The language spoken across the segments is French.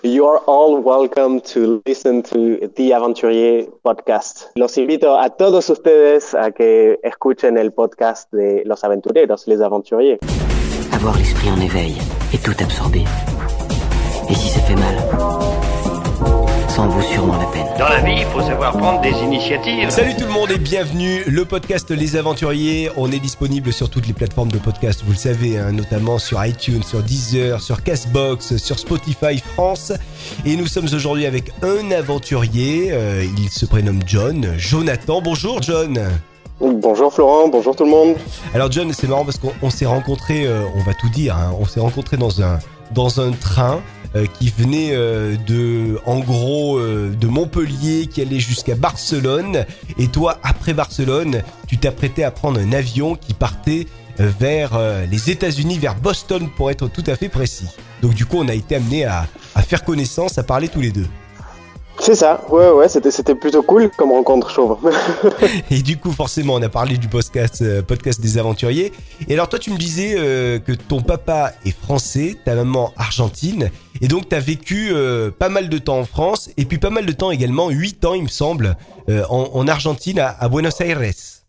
You are all welcome to listen to The Aventurier podcast. Los invito a todos ustedes a que escuchen el podcast de Los Aventureros, Les Aventuriers. Avoir l'esprit en éveil et tout absorber. Et si ça fait mal, ça en vaut sûrement la peine. Dans la vie, il faut savoir prendre des initiatives. Salut tout le monde et bienvenue, le podcast Les Aventuriers. On est disponible sur toutes les plateformes de podcast, vous le savez, notamment sur iTunes, sur Deezer, sur Castbox, sur Spotify France. Et nous sommes aujourd'hui avec un aventurier, il se prénomme Jonathan. Bonjour John. Bonjour Florent, bonjour tout le monde. Alors John, c'est marrant parce qu'on s'est rencontrés, on va tout dire, on s'est rencontrés dans un train qui venait de Montpellier, qui allait jusqu'à Barcelone. Et toi, après Barcelone, tu t'apprêtais à prendre un avion qui partait vers les États-Unis, vers Boston pour être tout à fait précis. Donc du coup, on a été amenés à faire connaissance, à parler tous les deux. C'est ça, ouais, c'était plutôt cool comme rencontre, je trouve. Et du coup, forcément, on a parlé du podcast des aventuriers. Et alors, toi, tu me disais que ton papa est français, ta maman argentine, et donc t'as vécu pas mal de temps en France, et puis pas mal de temps également, 8 ans, il me semble, en Argentine, à Buenos Aires.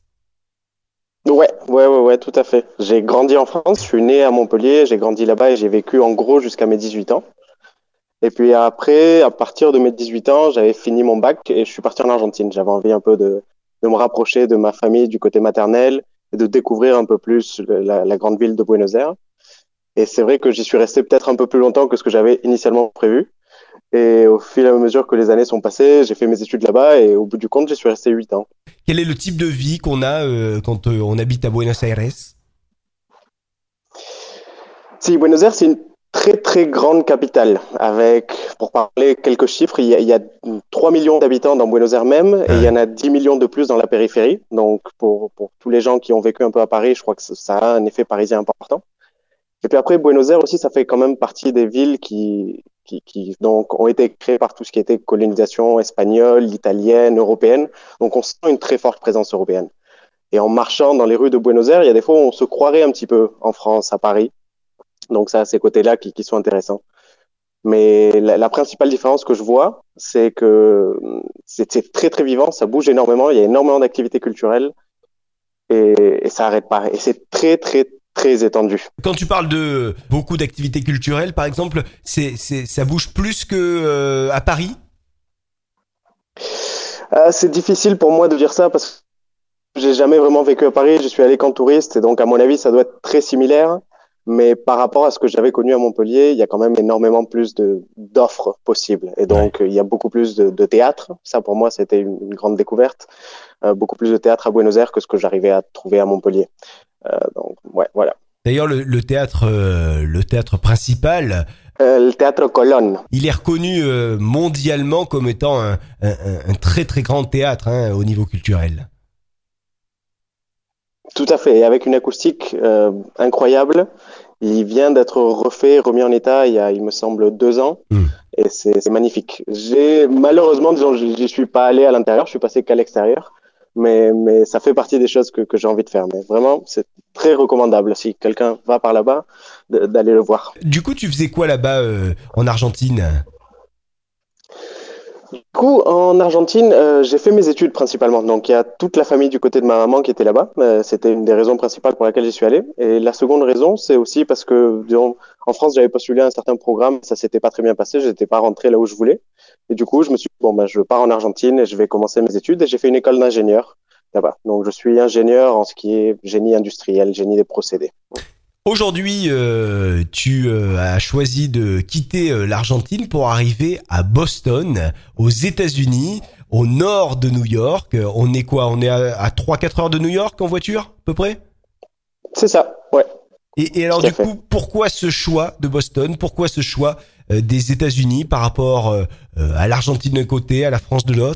Ouais, tout à fait. J'ai grandi en France, je suis né à Montpellier, j'ai grandi là-bas et j'ai vécu en gros jusqu'à mes 18 ans. Et puis après, à partir de mes 18 ans, j'avais fini mon bac et je suis parti en Argentine. J'avais envie un peu de me rapprocher de ma famille du côté maternel et de découvrir un peu plus la grande ville de Buenos Aires. Et c'est vrai que j'y suis resté peut-être un peu plus longtemps que ce que j'avais initialement prévu. Et au fil et à mesure que les années sont passées, j'ai fait mes études là-bas et au bout du compte, j'y suis resté 8 ans. Quel est le type de vie qu'on a quand on habite à Buenos Aires ? Si, Buenos Aires, c'est une très très grande capitale avec, pour parler quelques chiffres, il y a 3 millions d'habitants dans Buenos Aires même et il y en a 10 millions de plus dans la périphérie. Donc pour tous les gens qui ont vécu un peu à Paris, je crois que ça a un effet parisien important. Et puis après, Buenos Aires aussi, ça fait quand même partie des villes qui donc ont été créées par tout ce qui était colonisation espagnole, italienne, européenne. Donc on sent une très forte présence européenne. Et en marchant dans les rues de Buenos Aires, il y a des fois où on se croirait un petit peu en France, à Paris. Donc ça, ces côtés-là qui sont intéressants. Mais la principale différence que je vois, c'est que c'est très très vivant, ça bouge énormément, il y a énormément d'activités culturelles et ça arrête pas. Et c'est très très très étendu. Quand tu parles de beaucoup d'activités culturelles, par exemple, ça bouge plus que à Paris ? C'est difficile pour moi de dire ça parce que j'ai jamais vraiment vécu à Paris, je suis allé qu'en touriste et donc à mon avis ça doit être très similaire. Mais par rapport à ce que j'avais connu à Montpellier, il y a quand même énormément plus d'offres possibles. Et donc, il y a beaucoup plus de théâtre. Ça, pour moi, c'était une grande découverte. Beaucoup plus de théâtre à Buenos Aires que ce que j'arrivais à trouver à Montpellier. Donc, ouais, voilà. D'ailleurs, le théâtre principal... le théâtre Colón. Il est reconnu mondialement comme étant un très très grand théâtre au niveau culturel. Tout à fait, et avec une acoustique incroyable. Il vient d'être remis en état il me semble 2 ans, et c'est magnifique. Malheureusement, disons, j'y suis pas allé à l'intérieur, je suis passé qu'à l'extérieur, mais ça fait partie des choses que j'ai envie de faire. Mais vraiment, c'est très recommandable si quelqu'un va par là-bas d'aller le voir. Du coup, tu faisais quoi là-bas en Argentine ? Du coup, en Argentine, j'ai fait mes études principalement. Donc, il y a toute la famille du côté de ma maman qui était là-bas. C'était une des raisons principales pour laquelle j'y suis allé. Et la seconde raison, c'est aussi parce que, disons, en France, j'avais postulé à un certain programme. Ça s'était pas très bien passé. Je n'étais pas rentré là où je voulais. Et du coup, je me suis dit, je pars en Argentine et je vais commencer mes études. Et j'ai fait une école d'ingénieur là-bas. Donc, je suis ingénieur en ce qui est génie industriel, génie des procédés. Aujourd'hui, tu as choisi de quitter l'Argentine pour arriver à Boston, aux États-Unis, au nord de New York. On est quoi ? On est à 3-4 heures de New York en voiture, à peu près ? C'est ça, ouais. Et alors du coup, pourquoi ce choix de Boston ? Pourquoi ce choix des États-Unis par rapport à l'Argentine d'un côté, à la France de l'autre ?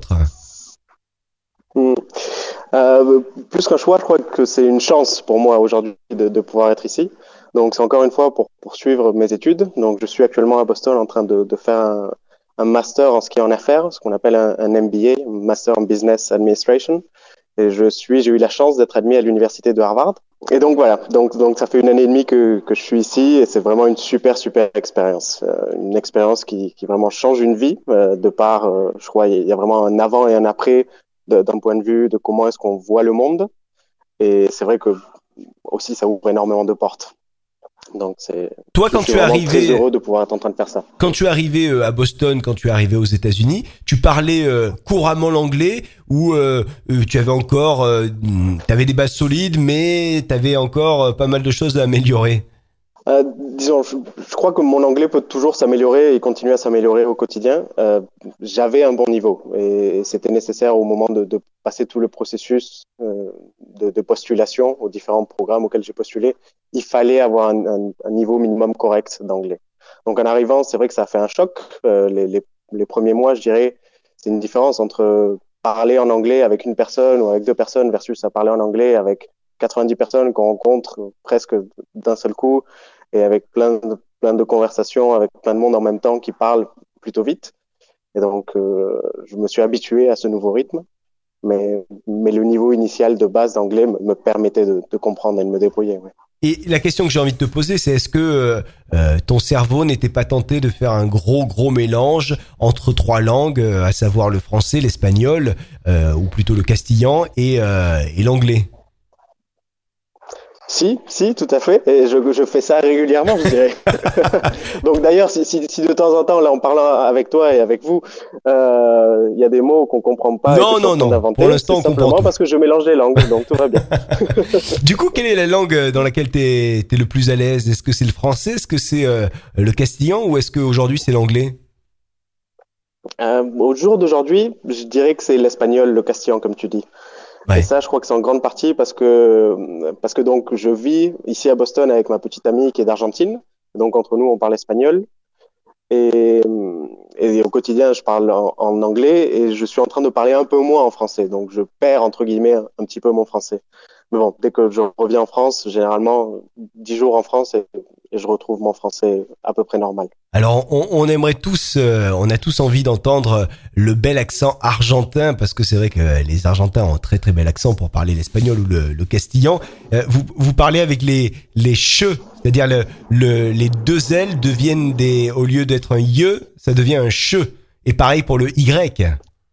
Plus qu'un choix, je crois que c'est une chance pour moi aujourd'hui de pouvoir être ici. Donc c'est encore une fois pour poursuivre mes études. Donc je suis actuellement à Boston en train de faire un master en ce qui est en affaires, ce qu'on appelle un MBA, Master en Business Administration. Et j'ai eu la chance d'être admis à l'université de Harvard. Et donc voilà, donc ça fait 1 année et demie que je suis ici et c'est vraiment une super expérience, une expérience qui vraiment change une vie de par, je crois, il y a vraiment un avant et un après d'un point de vue de comment est-ce qu'on voit le monde et c'est vrai que aussi ça ouvre énormément de portes. Donc Toi, je suis vraiment très heureux de pouvoir être en train de faire ça. quand tu es arrivé à Boston, quand tu es arrivé aux États-Unis, tu parlais couramment l'anglais ou tu avais encore, t'avais des bases solides, mais t'avais encore pas mal de choses à améliorer. Disons, je crois que mon anglais peut toujours s'améliorer et continuer à s'améliorer au quotidien. J'avais un bon niveau et c'était nécessaire au moment de passer tout le processus de postulation aux différents programmes auxquels j'ai postulé. Il fallait avoir un niveau minimum correct d'anglais. Donc en arrivant, c'est vrai que ça a fait un choc. Les premiers mois, je dirais, c'est une différence entre parler en anglais avec une personne ou avec deux personnes versus à parler en anglais avec 90 personnes qu'on rencontre presque d'un seul coup et avec plein de conversations avec plein de monde en même temps qui parlent plutôt vite. Et donc, je me suis habitué à ce nouveau rythme, mais le niveau initial de base d'anglais me permettait de comprendre et de me débrouiller. Ouais. Et la question que j'ai envie de te poser, c'est est-ce que ton cerveau n'était pas tenté de faire un gros mélange entre trois langues, à savoir le français, l'espagnol, ou plutôt le castillan et l'anglais? Si, tout à fait. Et je fais ça régulièrement, je dirais. Donc d'ailleurs, si de temps en temps, là, en parlant avec toi et avec vous, il y a des mots qu'on comprend pas et que je suis en train Non. d'inventer, Pour l'instant, c'est on comprend simplement tout. parce que je mélange les langues, donc tout va bien. Du coup, quelle est la langue dans laquelle t'es le plus à l'aise? Est-ce que c'est le français? Est-ce que c'est le castillan? Ou est-ce qu'aujourd'hui c'est l'anglais? Au jour d'aujourd'hui, je dirais que c'est l'espagnol, le castillan, comme tu dis. Et Ouais. ça, je crois que c'est en grande partie parce que donc je vis ici à Boston avec ma petite amie qui est d'Argentine. Donc entre nous, on parle espagnol. Et, et au quotidien, je parle en anglais et je suis en train de parler un peu moins en français. Donc je perds entre guillemets un petit peu mon français. Mais bon, dès que je reviens en France, généralement 10 jours en France et je retrouve mon français à peu près normal. Alors, on aimerait tous, on a tous envie d'entendre le bel accent argentin, parce que c'est vrai que les Argentins ont un très bel accent pour parler l'espagnol ou le castillan. Vous parlez avec les che, c'est-à-dire les deux L deviennent au lieu d'être un ye, ça devient un che. Et pareil pour le y.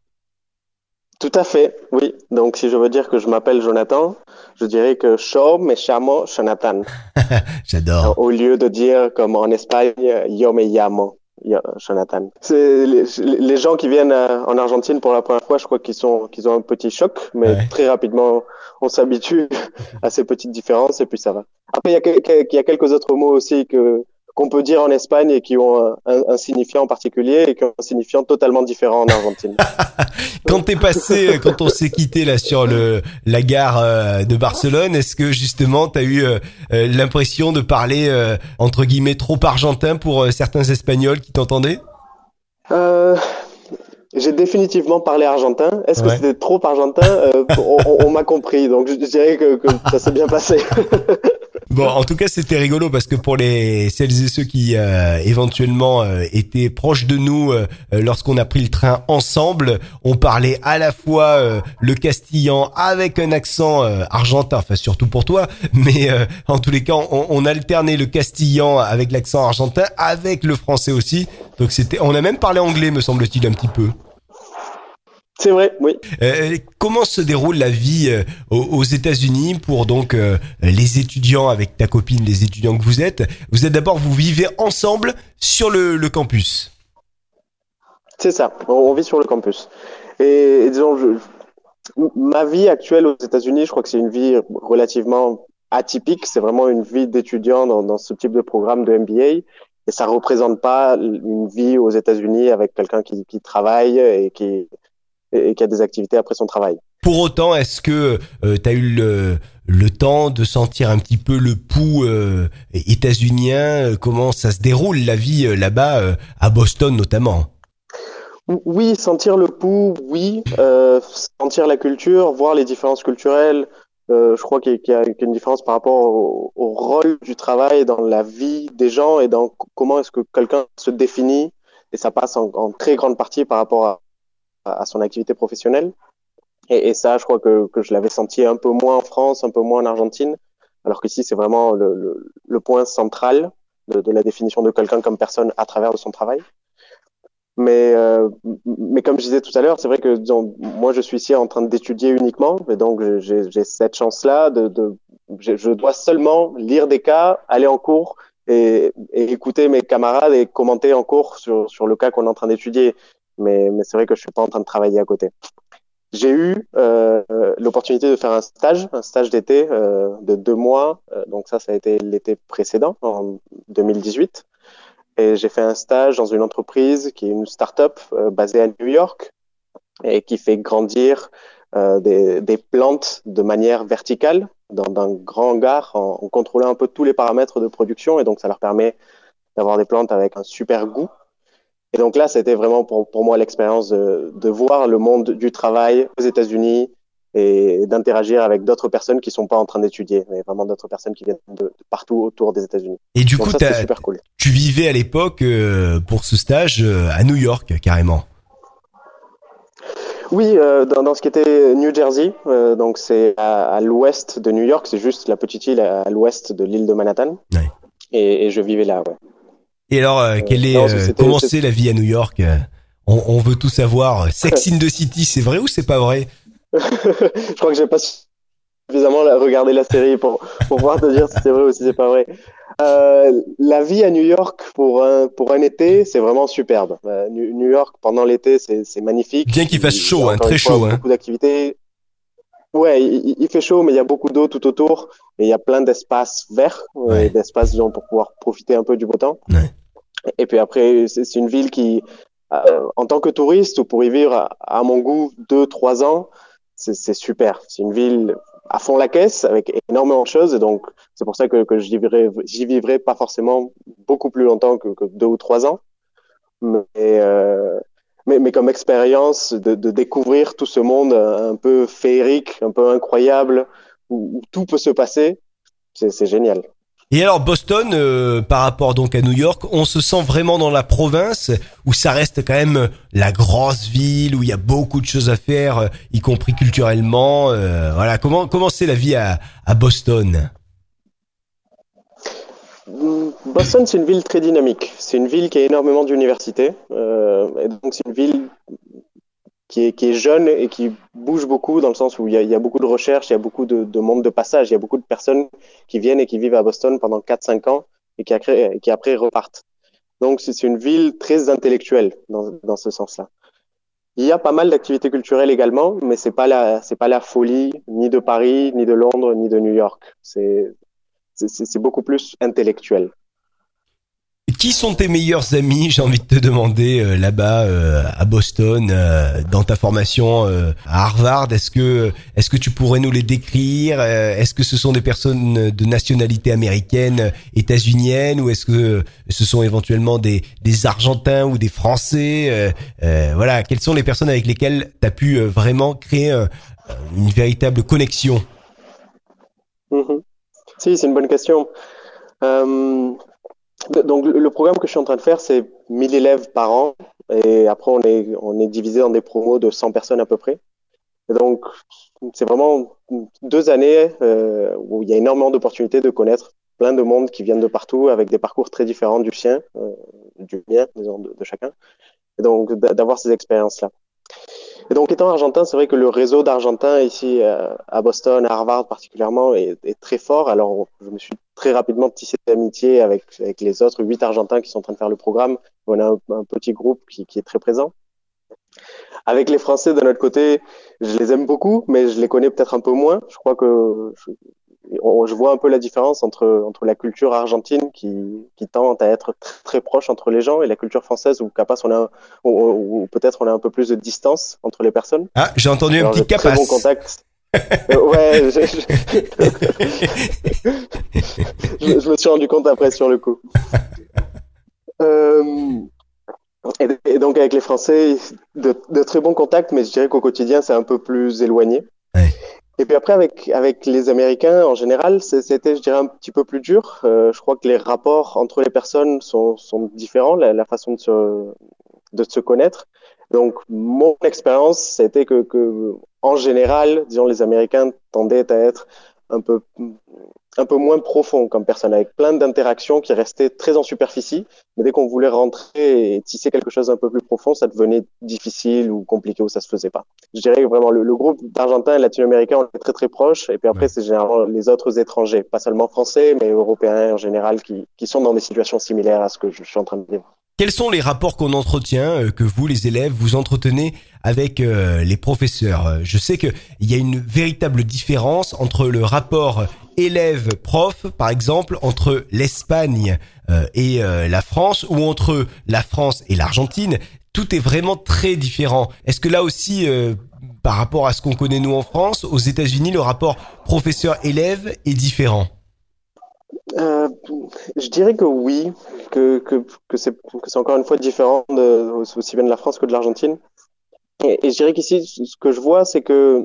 Tout à fait, oui. Donc si je veux dire que je m'appelle Jonathan, je dirais que yo me llamo Jonathan. J'adore. Au lieu de dire comme en Espagne, yo me llamo Jonathan. C'est les gens qui viennent en Argentine pour la première fois, je crois qu'ils ont un petit choc, mais Ouais. très rapidement, on s'habitue à ces petites différences et puis ça va. Après, il y a quelques autres mots aussi qu'on peut dire en Espagne et qui ont un signifiant particulier et qui ont un signifiant totalement différent en Argentine. Quand on s'est quitté là sur la gare de Barcelone, est-ce que justement t'as eu l'impression de parler entre guillemets trop argentin pour certains Espagnols qui t'entendaient? Euh, J'ai définitivement parlé argentin. Est-ce que Ouais. c'était trop argentin? On m'a compris, donc je dirais que ça s'est bien passé. Bon, en tout cas, c'était rigolo parce que pour celles et ceux qui éventuellement étaient proches de nous lorsqu'on a pris le train ensemble, on parlait à la fois le castillan avec un accent argentin, enfin surtout pour toi, mais en tous les cas, on alternait le castillan avec l'accent argentin, avec le français aussi. Donc on a même parlé anglais, me semble-t-il, un petit peu. C'est vrai, oui. Comment se déroule la vie aux États-Unis pour donc les étudiants avec ta copine, les étudiants que vous êtes? Vous êtes d'abord, vous vivez ensemble sur le campus. C'est ça. On vit sur le campus. Et disons, ma vie actuelle aux États-Unis, je crois que c'est une vie relativement atypique. C'est vraiment une vie d'étudiant dans ce type de programme de MBA. Et ça représente pas une vie aux États-Unis avec quelqu'un qui travaille et qui a des activités après son travail. Pour autant, est-ce que tu as eu le temps de sentir un petit peu le pouls états-unien, comment ça se déroule la vie là-bas, à Boston notamment? Oui, sentir le pouls, oui. Sentir la culture, voir les différences culturelles. Je crois qu'il y a une différence par rapport au rôle du travail dans la vie des gens et dans comment est-ce que quelqu'un se définit. Et ça passe en très grande partie par rapport à son activité professionnelle. Et ça, je crois que je l'avais senti un peu moins en France, un peu moins en Argentine. alors qu'ici c'est vraiment le point central de la définition de quelqu'un comme personne à travers de son travail. Mais comme je disais tout à l'heure, c'est vrai que disons, moi je suis ici en train d'étudier uniquement, et donc j'ai cette chance-là je dois seulement lire des cas, aller en cours et écouter mes camarades et commenter en cours sur le cas qu'on est en train d'étudier. Mais c'est vrai que je suis pas en train de travailler à côté. J'ai eu l'opportunité de faire un stage d'été de 2 mois. Donc ça a été l'été précédent, en 2018. Et j'ai fait un stage dans une entreprise qui est une start-up basée à New York et qui fait grandir des plantes de manière verticale dans un grand hangar en contrôlant un peu tous les paramètres de production. Et donc, ça leur permet d'avoir des plantes avec un super goût. Et donc là, c'était vraiment pour moi l'expérience de voir le monde du travail aux États-Unis et d'interagir avec d'autres personnes qui sont pas en train d'étudier, mais vraiment d'autres personnes qui viennent de partout autour des États-Unis. Et du donc coup, ça, c'était super cool. tu vivais à l'époque pour ce stage à New York, carrément. Oui, dans ce qui était New Jersey, donc c'est à l'ouest de New York, c'est juste la petite île à l'ouest de l'île de Manhattan. Ouais. Et je vivais là, ouais. Et alors, comment c'est la vie à New York on veut tout savoir. Sex in the City, c'est vrai ou c'est pas vrai? Je crois que j'ai pas suffisamment regardé la série pour pouvoir te dire si c'est vrai ou si c'est pas vrai. La vie à New York pour un été, c'est vraiment superbe. New York pendant l'été, c'est magnifique. Bien qu'il fasse chaud, très chaud. Beaucoup d'activités. Ouais, il fait chaud, mais il y a beaucoup d'eau tout autour et il y a plein d'espaces verts, d'espaces disons, pour pouvoir profiter un peu du beau temps. Ouais. Et puis après, c'est une ville qui, en tant que touriste ou pour y vivre à mon goût 2-3 ans, c'est super. C'est une ville à fond la caisse avec énormément de choses et donc c'est pour ça que j'y vivrai pas forcément beaucoup plus longtemps que 2 ou 3 ans. Mais comme expérience de découvrir tout ce monde un peu féerique, un peu incroyable, où tout peut se passer, c'est génial. Et alors Boston, par rapport donc à New York, on se sent vraiment dans la province où ça reste quand même la grosse ville où il y a beaucoup de choses à faire, y compris culturellement. Voilà, comment c'est la vie à Boston? Boston, c'est une ville très dynamique. C'est une ville qui a énormément d'universités. Et donc, c'est une ville qui est jeune et qui bouge beaucoup dans le sens où il y a beaucoup de recherches, il y a beaucoup de monde de passage, il y a beaucoup de personnes qui viennent et qui vivent à Boston pendant 4-5 ans et qui après repartent. Donc, c'est une ville très intellectuelle dans ce sens-là. Il y a pas mal d'activités culturelles également, mais c'est pas la folie ni de Paris, ni de Londres, ni de New York. C'est beaucoup plus intellectuel. Qui sont tes meilleurs amis, j'ai envie de te demander, là-bas à Boston, dans ta formation à Harvard? Est-ce que tu pourrais nous les décrire? Est-ce que ce sont des personnes de nationalité américaine, états-unienne, ou est-ce que ce sont éventuellement des Argentins ou des Français? Voilà, quelles sont les personnes avec lesquelles tu as pu vraiment créer une véritable connexion? Si, c'est une bonne question. Donc, le programme que je suis en train de faire, c'est 1000 élèves par an. Et après, on est divisé dans des promos de 100 personnes à peu près. Et donc, c'est vraiment 2 années où il y a énormément d'opportunités de connaître plein de monde qui viennent de partout avec des parcours très différents du sien, du mien, disons, de chacun. Et donc, d'avoir ces expériences-là. Et donc, étant argentin, c'est vrai que le réseau d'Argentins ici à Boston, à Harvard particulièrement, est très fort. Alors, je me suis très rapidement tissé d'amitié avec les autres 8 Argentins qui sont en train de faire le programme. On a un petit groupe qui est très présent. Avec les Français, de notre côté, je les aime beaucoup, mais je les connais peut-être un peu moins. Je crois que je vois un peu la différence entre la culture argentine qui tend à être très, très proche entre les gens et la culture française où capace ou peut-être on a un peu plus de distance entre les personnes. Ah, j'ai entendu un petit capace. Très bon contact. Ouais, je me suis rendu compte après sur le coup. Et donc avec les Français, de très bons contacts, mais je dirais qu'au quotidien c'est un peu plus éloigné. Ouais. Et puis après, avec les Américains, en général, c'était, je dirais, un petit peu plus dur. Je crois que les rapports entre les personnes sont différents, la façon de se connaître. Donc, mon expérience, c'était que, en général, disons, les Américains tendaient à être un peu un peu moins profond comme personne, avec plein d'interactions qui restaient très en superficie. Mais dès qu'on voulait rentrer et tisser quelque chose d'un peu plus profond, ça devenait difficile ou compliqué ou ça se faisait pas. Je dirais que vraiment le groupe d'Argentins et Latino-Américains, on est très très proches. Et puis après, Ouais. c'est généralement les autres étrangers, pas seulement français, mais européens en général, qui sont dans des situations similaires à ce que je suis en train de vivre. Quels sont les rapports qu'on entretient, que vous, les élèves, vous entretenez avec les professeurs? Je sais qu'il y a une véritable différence entre le rapport élève-prof, par exemple, entre l'Espagne et la France, ou entre la France et l'Argentine. Tout est vraiment très différent. Est-ce que là aussi, par rapport à ce qu'on connaît nous en France, aux États-Unis, le rapport professeur-élève est différent? Euh, je dirais que oui, que c'est encore une fois différent aussi bien de la France que de l'Argentine. Et je dirais qu'ici, ce que je vois, c'est que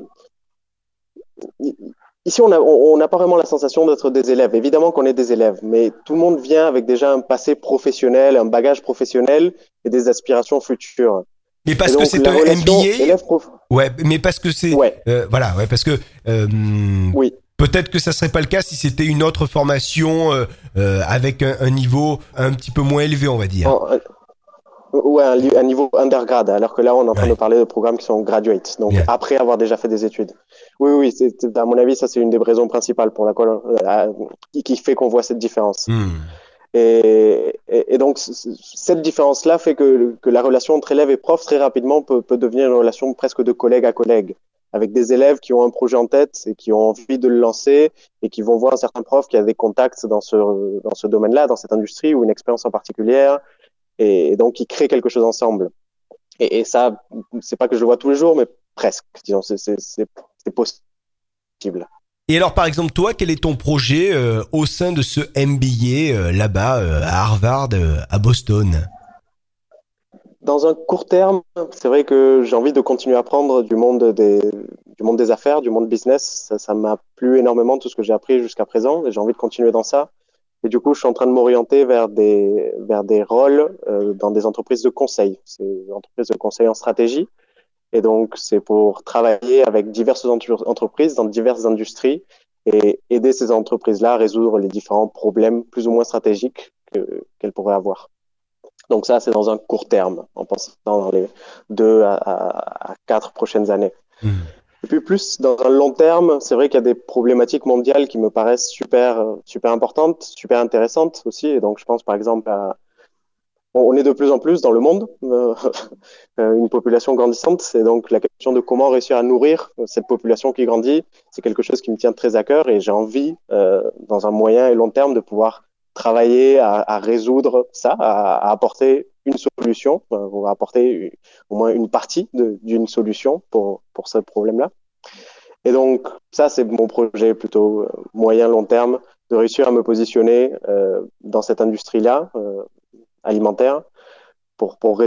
ici, on n'a pas vraiment la sensation d'être des élèves. Évidemment qu'on est des élèves, mais tout le monde vient avec déjà un passé professionnel, un bagage professionnel et des aspirations futures. Mais Et parce que donc, c'est la un relation MBA. élève-prof, Ouais, mais parce que c'est ouais, voilà, ouais, parce que euh, oui. peut-être que ça serait pas le cas si c'était une autre formation avec un niveau un petit peu moins élevé, on va dire. En- Ouais, un niveau undergrad, alors que là, on est en train de Ouais, parler de programmes qui sont graduate, donc bien. après avoir déjà fait des études. Oui, oui, à mon avis, ça, c'est une des raisons principales pour laquelle, qui fait qu'on voit cette différence. Hmm. Et donc, cette différence-là fait que la relation entre élève et prof, très rapidement, peut devenir une relation presque de collègue à collègue, avec des élèves qui ont un projet en tête et qui ont envie de le lancer et qui vont voir un certain prof qui a des contacts dans ce domaine-là, dans cette industrie ou une expérience en particulier, et donc ils créent quelque chose ensemble. Et ça, c'est pas que je le vois tous les jours, mais presque. Disons, c'est possible. Et alors, par exemple, toi, quel est ton projet au sein de ce MBA là-bas à Harvard, à Boston? Dans un court terme, c'est vrai que j'ai envie de continuer à apprendre du monde des affaires, du monde business. Ça m'a plu énormément tout ce que j'ai appris jusqu'à présent et j'ai envie de continuer dans ça. Et du coup, je suis en train de m'orienter vers des rôles dans des entreprises de conseil. C'est des entreprises de conseil en stratégie. Et donc, c'est pour travailler avec diverses entreprises dans diverses industries et aider ces entreprises-là à résoudre les différents problèmes plus ou moins stratégiques qu'elles pourraient avoir. Donc ça, c'est dans un court terme, en pensant dans les 2 à 4 prochaines années. Hmm. Et puis plus dans un long terme, c'est vrai qu'il y a des problématiques mondiales qui me paraissent super importantes, super intéressantes aussi. Et donc, je pense par exemple on est de plus en plus dans le monde, une population grandissante, et donc la question de comment réussir à nourrir cette population qui grandit, c'est quelque chose qui me tient très à cœur et j'ai envie, dans un moyen et long terme, de pouvoir travailler à résoudre ça, à apporter une solution, ou à apporter au moins une partie d'une solution pour ce problème-là. Et donc, ça, c'est mon projet plutôt moyen-long terme, de réussir à me positionner dans cette industrie-là, alimentaire, pour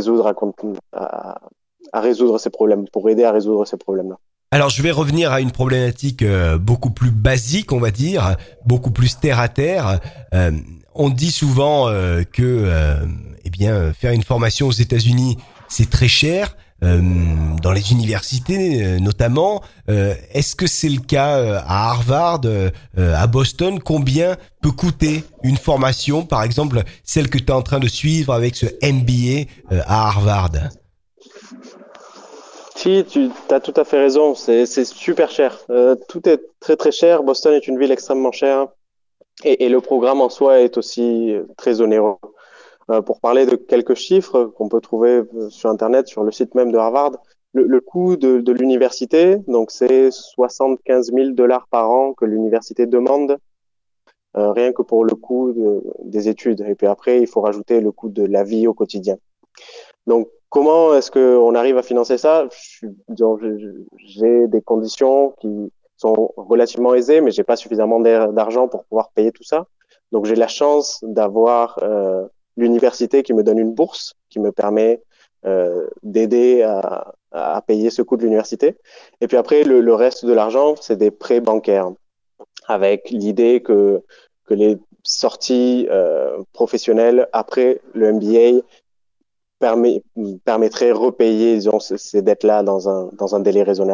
à résoudre ces problèmes, pour aider à résoudre ces problèmes-là. Alors, je vais revenir à une problématique beaucoup plus basique, on va dire, beaucoup plus terre à terre. On dit souvent que, eh bien, faire une formation aux États-Unis, c'est très cher. Dans les universités notamment. Est-ce que c'est le cas à Harvard, à Boston? Combien peut coûter une formation, par exemple celle que tu es en train de suivre avec ce MBA à Harvard? Si, tu as tout à fait raison, c'est super cher. Tout est très très cher. Boston est une ville extrêmement chère et le programme en soi est aussi très onéreux. Pour parler de quelques chiffres qu'on peut trouver sur Internet, sur le site même de Harvard, le coût de l'université, donc c'est 75 000 dollars par an que l'université demande, rien que pour le coût des études. Et puis après, il faut rajouter le coût de la vie au quotidien. Donc, comment est-ce qu'on arrive à financer ça? J'ai des conditions qui sont relativement aisées, mais j'ai pas suffisamment d'argent pour pouvoir payer tout ça. Donc, j'ai la chance d'avoir l'université qui me donne une bourse, qui me permet d'aider à payer ce coût de l'université. Et puis après, le reste de l'argent, c'est des prêts bancaires, avec l'idée que les sorties professionnelles après le MBA permettraient de repayer, disons, ces dettes-là dans un délai raisonnable.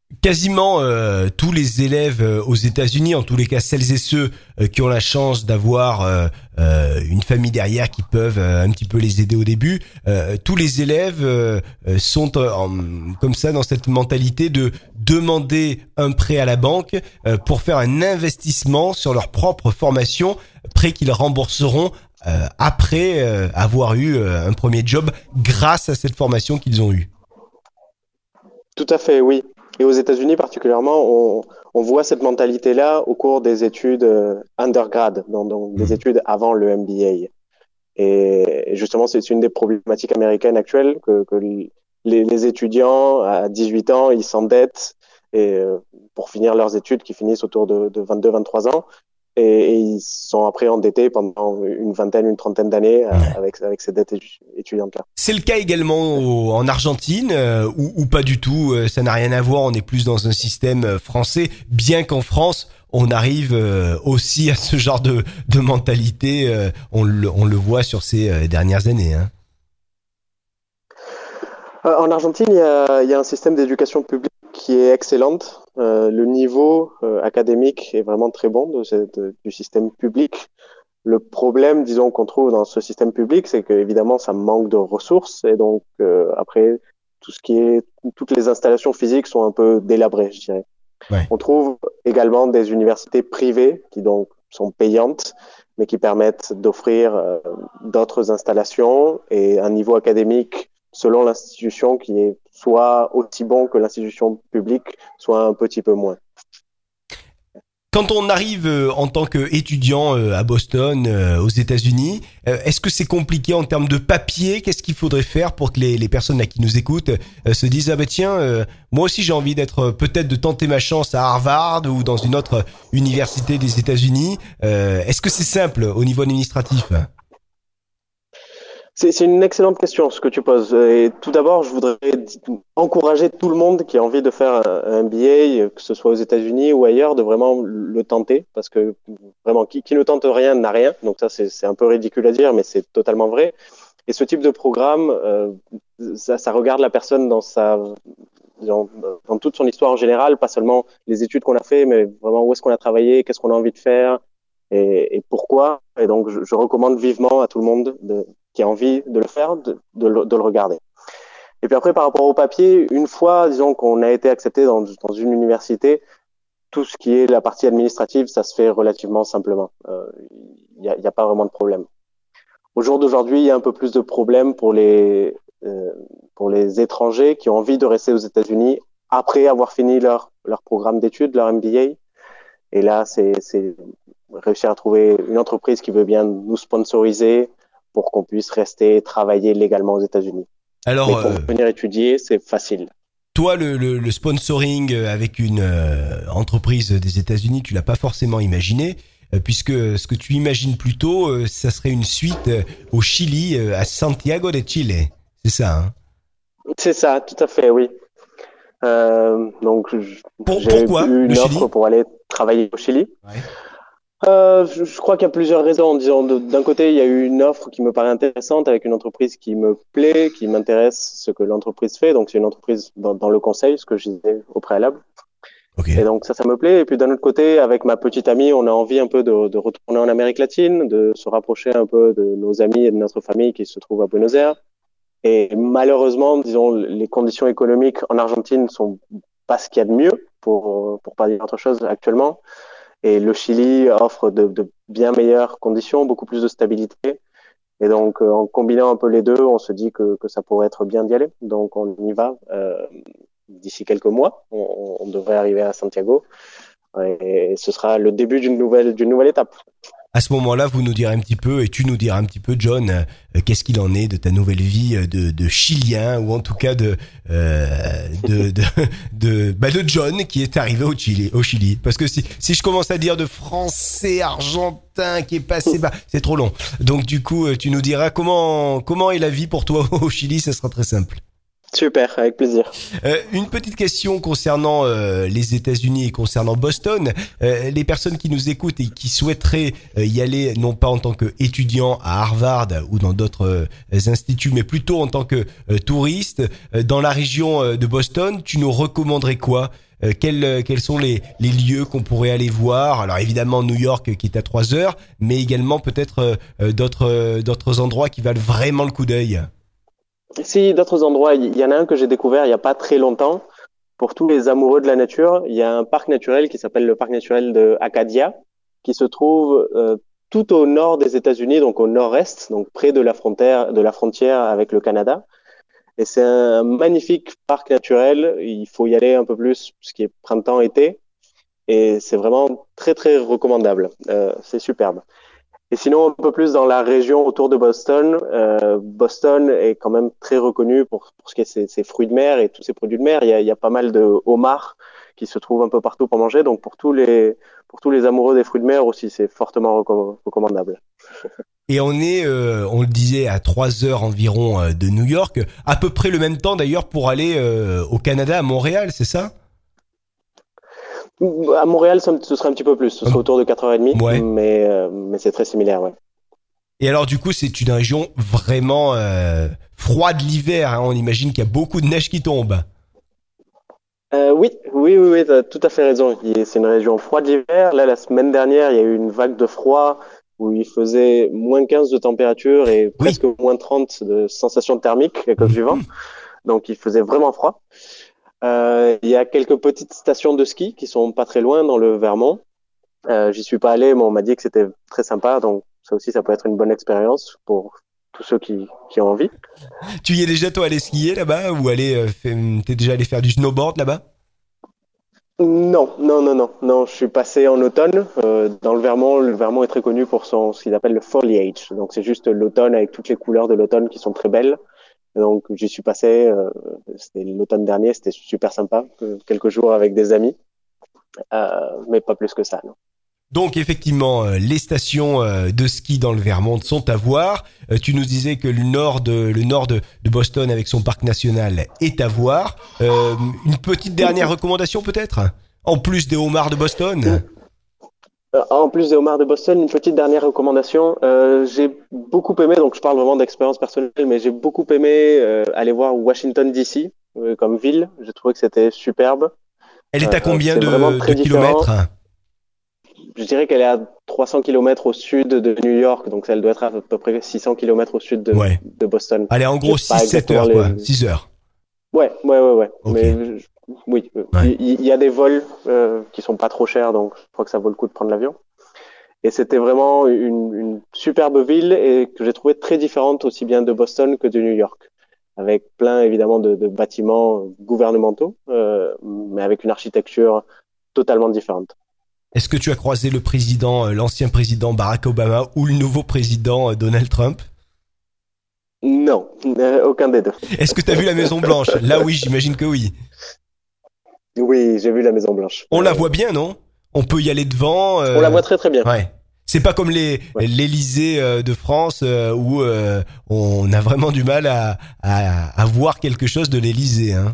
Quasiment tous les élèves aux États-Unis, en tous les cas celles et ceux qui ont la chance d'avoir une famille derrière qui peuvent un petit peu les aider au début, tous les élèves sont comme ça dans cette mentalité de demander un prêt à la banque pour faire un investissement sur leur propre formation, prêt qu'ils rembourseront après avoir eu un premier job grâce à cette formation qu'ils ont eue. Tout à fait, oui. Et aux États-Unis particulièrement, on voit cette mentalité-là au cours des études undergrad, donc des études avant le MBA. Et justement, c'est une des problématiques américaines actuelles que les étudiants à 18 ans, ils s'endettent et pour finir leurs études qui finissent autour de 22-23 ans. Et ils sont après endettés pendant une trentaine d'années avec ces dettes étudiantes-là. C'est le cas également en Argentine ou pas du tout, ça n'a rien à voir, on est plus dans un système français, bien qu'en France, on arrive aussi à ce genre de mentalité, on le voit sur ces dernières années. Hein. En Argentine, il y a un système d'éducation publique qui est excellente. Le niveau académique est vraiment très bon du système public. Le problème, disons, qu'on trouve dans ce système public, c'est que évidemment, ça manque de ressources et donc après, toutes les installations physiques sont un peu délabrées, je dirais. Ouais. On trouve également des universités privées qui donc sont payantes, mais qui permettent d'offrir d'autres installations et un niveau académique selon l'institution qui est soit aussi bon que l'institution publique, soit un petit peu moins. Quand on arrive en tant qu'étudiant à Boston, aux États-Unis, est-ce que c'est compliqué en termes de papier ? Qu'est-ce qu'il faudrait faire pour que les personnes là qui nous écoutent se disent ah ben tiens, moi aussi j'ai envie d'être peut-être de tenter ma chance à Harvard ou dans une autre université des États-Unis. Est-ce que c'est simple au niveau administratif ? C'est une excellente question ce que tu poses. Et tout d'abord, je voudrais encourager tout le monde qui a envie de faire un MBA, que ce soit aux États-Unis ou ailleurs, de vraiment le tenter, parce que vraiment qui ne tente rien n'a rien. Donc ça, c'est un peu ridicule à dire, mais c'est totalement vrai. Et ce type de programme, ça regarde la personne dans toute son histoire en général, pas seulement les études qu'on a fait, mais vraiment où est-ce qu'on a travaillé, qu'est-ce qu'on a envie de faire et pourquoi. Et donc, je recommande vivement à tout le monde qui a envie de le faire, de le regarder. Et puis après, par rapport au papier, une fois, disons qu'on a été accepté dans une université, tout ce qui est la partie administrative, ça se fait relativement simplement. Il y a pas vraiment de problème. Au jour d'aujourd'hui, il y a un peu plus de problèmes pour les étrangers qui ont envie de rester aux États-Unis après avoir fini leur programme d'études, leur MBA. Et là, c'est réussir à trouver une entreprise qui veut bien nous sponsoriser pour qu'on puisse rester travailler légalement aux États-Unis. Alors, mais pour venir étudier, c'est facile. Toi, le sponsoring avec une entreprise des États-Unis, tu l'as pas forcément imaginé, puisque ce que tu imagines plutôt, ça serait une suite au Chili, à Santiago de Chile. C'est ça, hein ? C'est ça, tout à fait, oui. Donc, j'ai pourquoi eu une offre pour aller travailler au Chili. Ouais. Je crois qu'il y a plusieurs raisons. Disons, d'un côté, il y a eu une offre qui me paraît intéressante avec une entreprise qui me plaît, qui m'intéresse ce que l'entreprise fait. Donc, c'est une entreprise dans le conseil, ce que je disais au préalable. Okay. Et donc, ça me plaît. Et puis, d'un autre côté, avec ma petite amie, on a envie un peu de retourner en Amérique latine, de se rapprocher un peu de nos amis et de notre famille qui se trouvent à Buenos Aires. Et malheureusement, disons, les conditions économiques en Argentine sont pas ce qu'il y a de mieux, pour pas dire autre chose actuellement. Et le Chili offre de bien meilleures conditions, beaucoup plus de stabilité. Et donc, en combinant un peu les deux, on se dit que ça pourrait être bien d'y aller. Donc, on y va. D'ici quelques mois, on devrait arriver à Santiago. Et ce sera le début d'une nouvelle étape. À ce moment-là, vous nous direz un petit peu, et tu nous diras un petit peu, John, qu'est-ce qu'il en est de ta nouvelle vie de Chilien, ou en tout cas de John qui est arrivé au Chili. Parce que si je commence à dire de Français argentin qui est passé, c'est trop long. Donc du coup, tu nous diras comment est la vie pour toi au Chili, ça sera très simple. Super, avec plaisir. Une petite question concernant les États-Unis et concernant Boston. Les personnes qui nous écoutent et qui souhaiteraient y aller, non pas en tant qu'étudiant à Harvard ou dans d'autres instituts, mais plutôt en tant que touriste, dans la région de Boston, tu nous recommanderais quoi ? Quels sont les lieux qu'on pourrait aller voir? Alors évidemment New York qui est à 3 heures, mais également peut-être d'autres endroits qui valent vraiment le coup d'œil. Si, d'autres endroits, il y en a un que j'ai découvert il n'y a pas très longtemps. Pour tous les amoureux de la nature, il y a un parc naturel qui s'appelle le parc naturel de Acadia, qui se trouve tout au nord des États-Unis, donc au nord-est, donc près de la frontière avec le Canada. Et c'est un magnifique parc naturel. Il faut y aller un peu plus, ce qui est printemps-été. Et c'est vraiment très, très recommandable. C'est superbe. Et sinon, un peu plus dans la région autour de Boston, Boston est quand même très reconnu pour ce qui est ses fruits de mer et tous ses produits de mer. Il y a pas mal de homards qui se trouvent un peu partout pour manger. Donc pour tous les amoureux des fruits de mer aussi, c'est fortement recommandable. Et on le disait, à 3 heures environ de New York, à peu près le même temps d'ailleurs pour aller au Canada, à Montréal, c'est ça ? À Montréal, ce serait un petit peu plus. Ce serait autour de 4h30, ouais. Mais c'est très similaire, ouais. Et alors du coup, c'est une région vraiment froide l'hiver. Hein. On imagine qu'il y a beaucoup de neige qui tombe. Oui, t'as tout à fait raison. C'est une région froide l'hiver. Là, la semaine dernière, il y a eu une vague de froid où il faisait moins 15 de température et presque moins 30 de sensation thermique à cause du vent. Donc, il faisait vraiment froid. Il y a quelques petites stations de ski qui sont pas très loin dans le Vermont. J'y suis pas allé, mais on m'a dit que c'était très sympa. Donc, ça aussi, ça peut être une bonne expérience pour tous ceux qui ont envie. Tu y es déjà, toi, allé skier là-bas ou t'es déjà allé faire du snowboard là-bas? Non. Je suis passé en automne dans le Vermont. Le Vermont est très connu pour ce qu'il appelle le foliage. Donc, c'est juste l'automne avec toutes les couleurs de l'automne qui sont très belles. Et donc, j'y suis passé. C'était l'automne dernier. C'était super sympa. Quelques jours avec des amis. Mais pas plus que ça, non. Donc effectivement, les stations de ski dans le Vermont sont à voir. Tu nous disais que le nord de Boston avec son parc national est à voir. Une petite dernière recommandation peut-être, en plus des homards de Boston. En plus des homards de Boston, une petite dernière recommandation. J'ai beaucoup aimé, donc je parle vraiment d'expérience personnelle, mais j'ai beaucoup aimé aller voir Washington DC comme ville. J'ai trouvé que c'était superbe. Elle est à combien de kilomètres? Je dirais qu'elle est à 300 km au sud de New York, donc elle doit être à peu près 600 km au sud de Boston. Allez, en gros 6-7 heures, quoi. 6 heures. Ouais. Okay. Mais oui, il y a des vols qui sont pas trop chers, donc je crois que ça vaut le coup de prendre l'avion. Et c'était vraiment une superbe ville et que j'ai trouvé très différente aussi bien de Boston que de New York, avec plein évidemment de bâtiments gouvernementaux, mais avec une architecture totalement différente. Est-ce que tu as croisé l'ancien président Barack Obama ou le nouveau président Donald Trump? Non, aucun des deux. Est-ce que tu as vu la Maison Blanche? Là oui, j'imagine que oui. Oui, j'ai vu la Maison Blanche. On la voit bien, non? On peut y aller devant. On la voit très très bien. Ouais. C'est pas comme l'Élysée de France où on a vraiment du mal à voir quelque chose de l'Élysée, hein.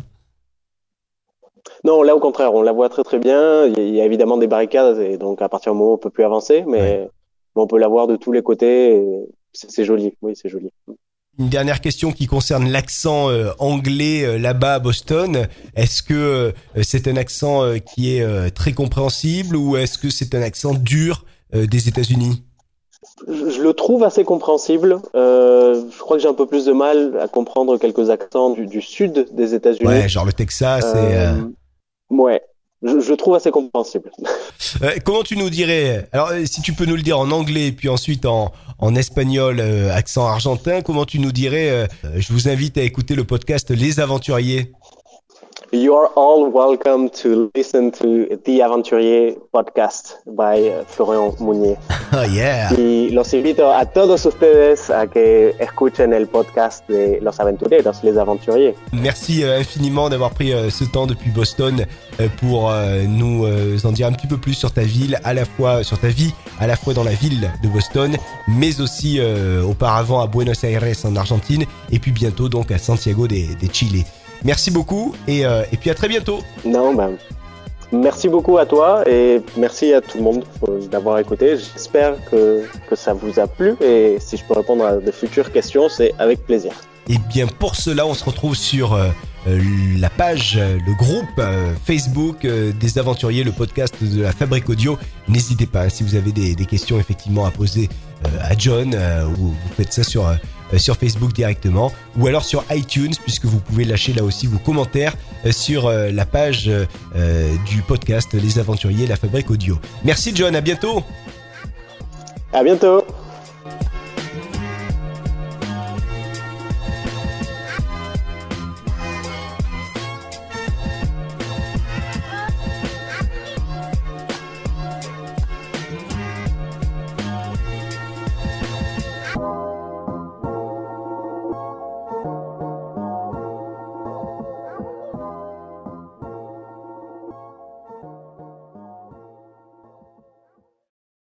Non, là au contraire, on la voit très très bien. Il y a évidemment des barricades et donc à partir du moment où on peut plus avancer, mais on peut la voir de tous les côtés. Et c'est joli, oui, c'est joli. Une dernière question qui concerne l'accent anglais là-bas à Boston. Est-ce que c'est un accent qui est très compréhensible ou est-ce que c'est un accent dur des États-Unis? Je le trouve assez compréhensible. Je crois que j'ai un peu plus de mal à comprendre quelques accents du sud des États-Unis. Ouais, genre le Texas Ouais, je trouve assez compréhensible. Comment tu nous dirais, alors si tu peux nous le dire en anglais puis ensuite en espagnol, accent argentin, comment tu nous dirais, je vous invite à écouter le podcast Les Aventuriers. You are all welcome to listen to The Aventurier podcast by Florian Mounier. Oh yeah. Y los invito a todos ustedes a que escuchen el podcast de Los Aventureros, Les Aventuriers. Merci infiniment d'avoir pris ce temps depuis Boston pour nous en dire un petit peu plus sur ta ville, à la fois sur ta vie, à la fois dans la ville de Boston, mais aussi auparavant à Buenos Aires en Argentine et puis bientôt donc à Santiago de Chile. Merci beaucoup et puis à très bientôt. Non, ben, merci beaucoup à toi et merci à tout le monde d'avoir écouté. J'espère que ça vous a plu et si je peux répondre à de futures questions, c'est avec plaisir. Et bien pour cela, on se retrouve sur la page, le groupe Facebook des aventuriers, le podcast de la Fabrique Audio. N'hésitez pas, si vous avez des questions effectivement à poser à John, ou vous faites ça sur Facebook directement, ou alors sur iTunes, puisque vous pouvez lâcher là aussi vos commentaires sur la page du podcast Les Aventuriers, la Fabrique Audio. Merci John, à bientôt. À bientôt.